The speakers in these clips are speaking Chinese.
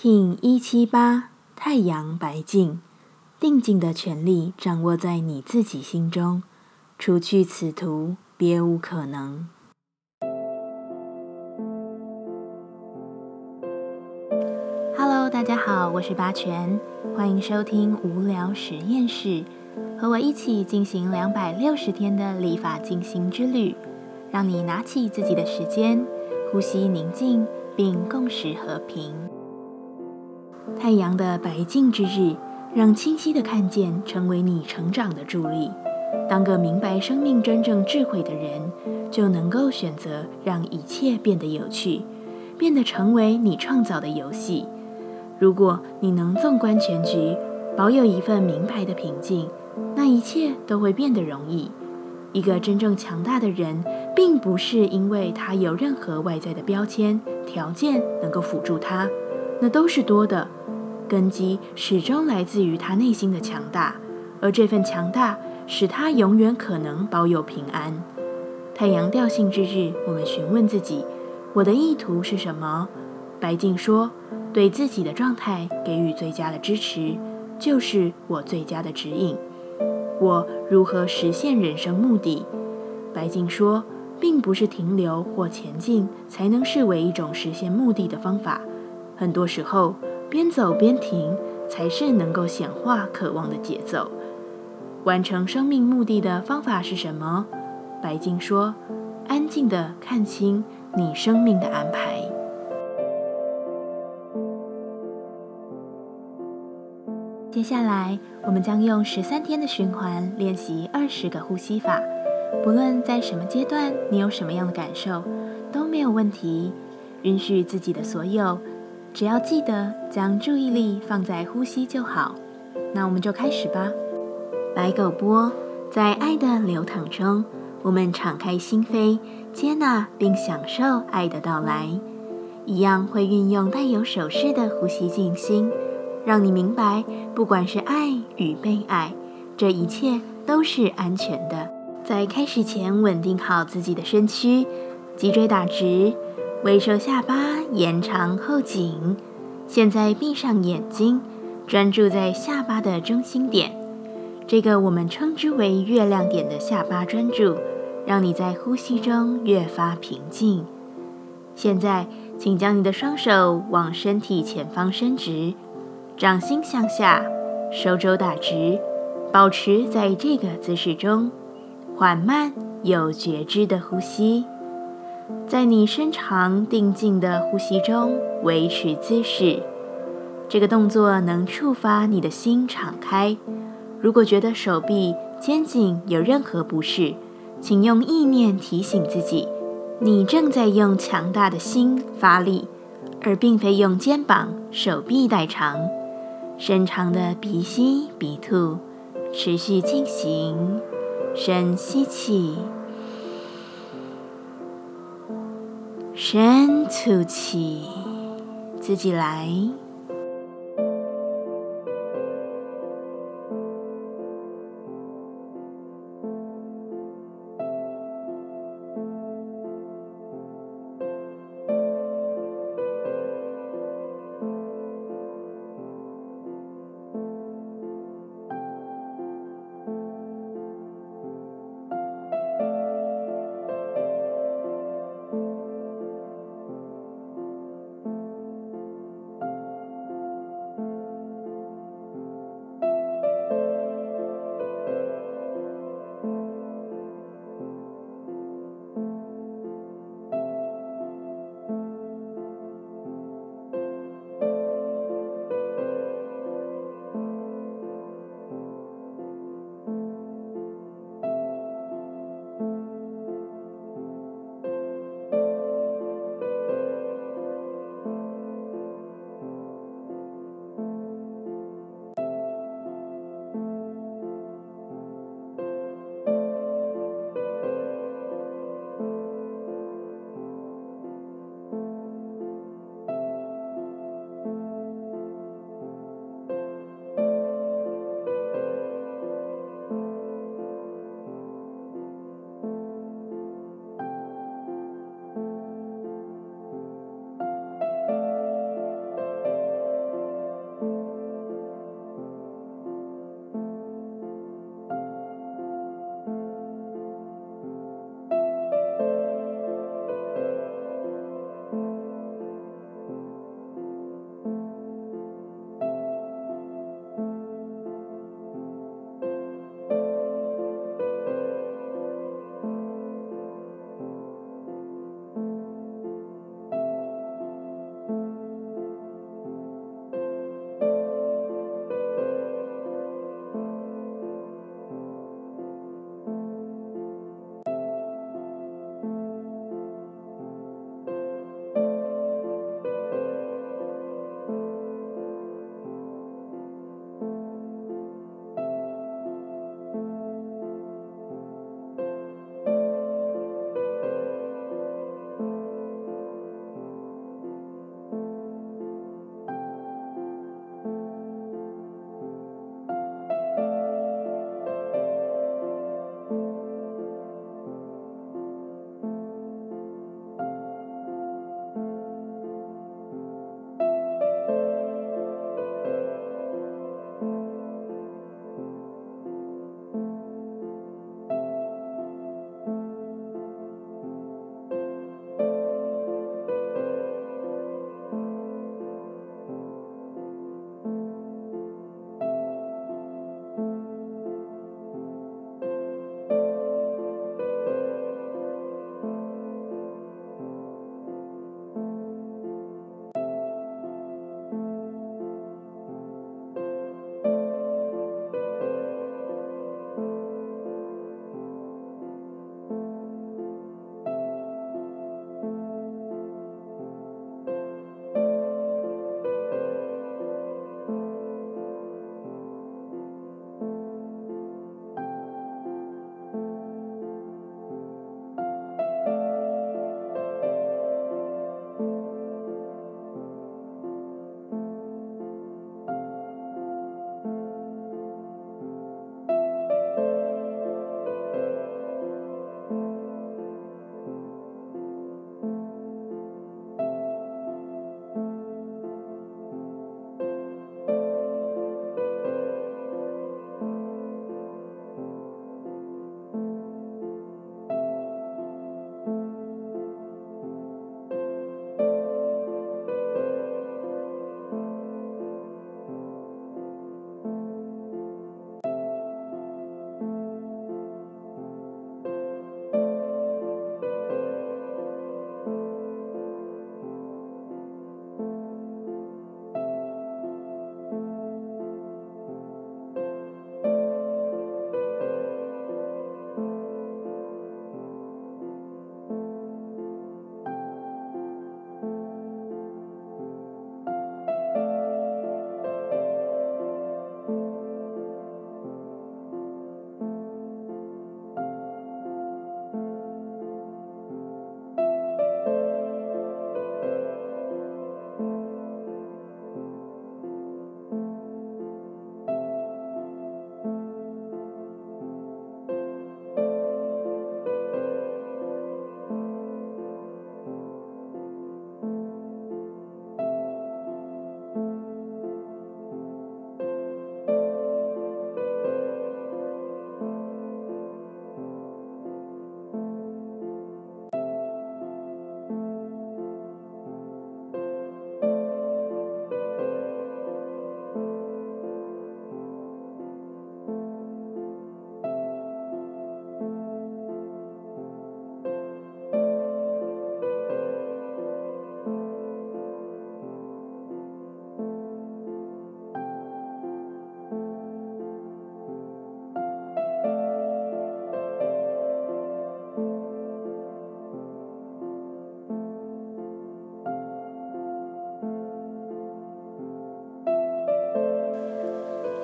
King 178太阳白镜，定境的权利掌握在你自己心中，除去此途，别无可能。Hello， 大家好，我是八全，欢迎收听无聊实验室，和我一起进行260天的立法进行之旅，让你拿起自己的时间，呼吸宁静，并共识和平。太阳的白镜之日，让清晰的看见成为你成长的助力。当个明白生命真正智慧的人，就能够选择让一切变得有趣，变得成为你创造的游戏。如果你能纵观全局，保有一份明白的平静，那一切都会变得容易。一个真正强大的人，并不是因为他有任何外在的标签、条件能够辅助他，那都是多的。根基始终来自于他内心的强大，而这份强大使他永远可能保有平安。太阳调性之日，我们询问自己：我的意图是什么？白镜说，对自己的状态给予最佳的支持，就是我最佳的指引。我如何实现人生目的？白镜说，并不是停留或前进才能视为一种实现目的的方法，很多时候边走边停才是能够显化渴望的节奏。完成生命目的的方法是什么？白镜说，安静地看清你生命的安排。接下来我们将用13天的循环练习20个呼吸法，不论在什么阶段你有什么样的感受都没有问题，允许自己的所有，只要记得将注意力放在呼吸就好。那我们就开始吧。白狗波，在爱的流淌中，我们敞开心扉，接纳并享受爱的到来。一样会运用带有手势的呼吸静心，让你明白，不管是爱与被爱，这一切都是安全的。在开始前，稳定好自己的身躯，脊椎打直，微收下巴，延长后颈。现在闭上眼睛，专注在下巴的中心点，这个我们称之为月亮点的下巴专注，让你在呼吸中越发平静。现在，请将你的双手往身体前方伸直，掌心向下，手肘打直，保持在这个姿势中，缓慢有觉知的呼吸。在你深长定静的呼吸中维持姿势，这个动作能触发你的心敞开。如果觉得手臂、肩颈有任何不适，请用意念提醒自己，你正在用强大的心发力，而并非用肩膀、手臂代偿。深长的鼻吸鼻吐，持续进行。深吸气，深吐气，自己来。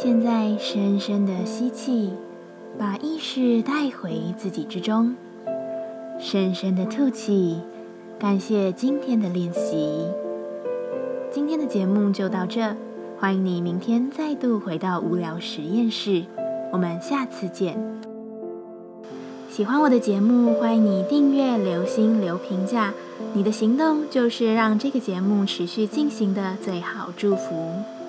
现在深深的吸气，把意识带回自己之中，深深的吐气，感谢今天的练习。今天的节目就到这，欢迎你明天再度回到无聊实验室，我们下次见。喜欢我的节目，欢迎你订阅、留心、留评价，你的行动就是让这个节目持续进行的最好祝福。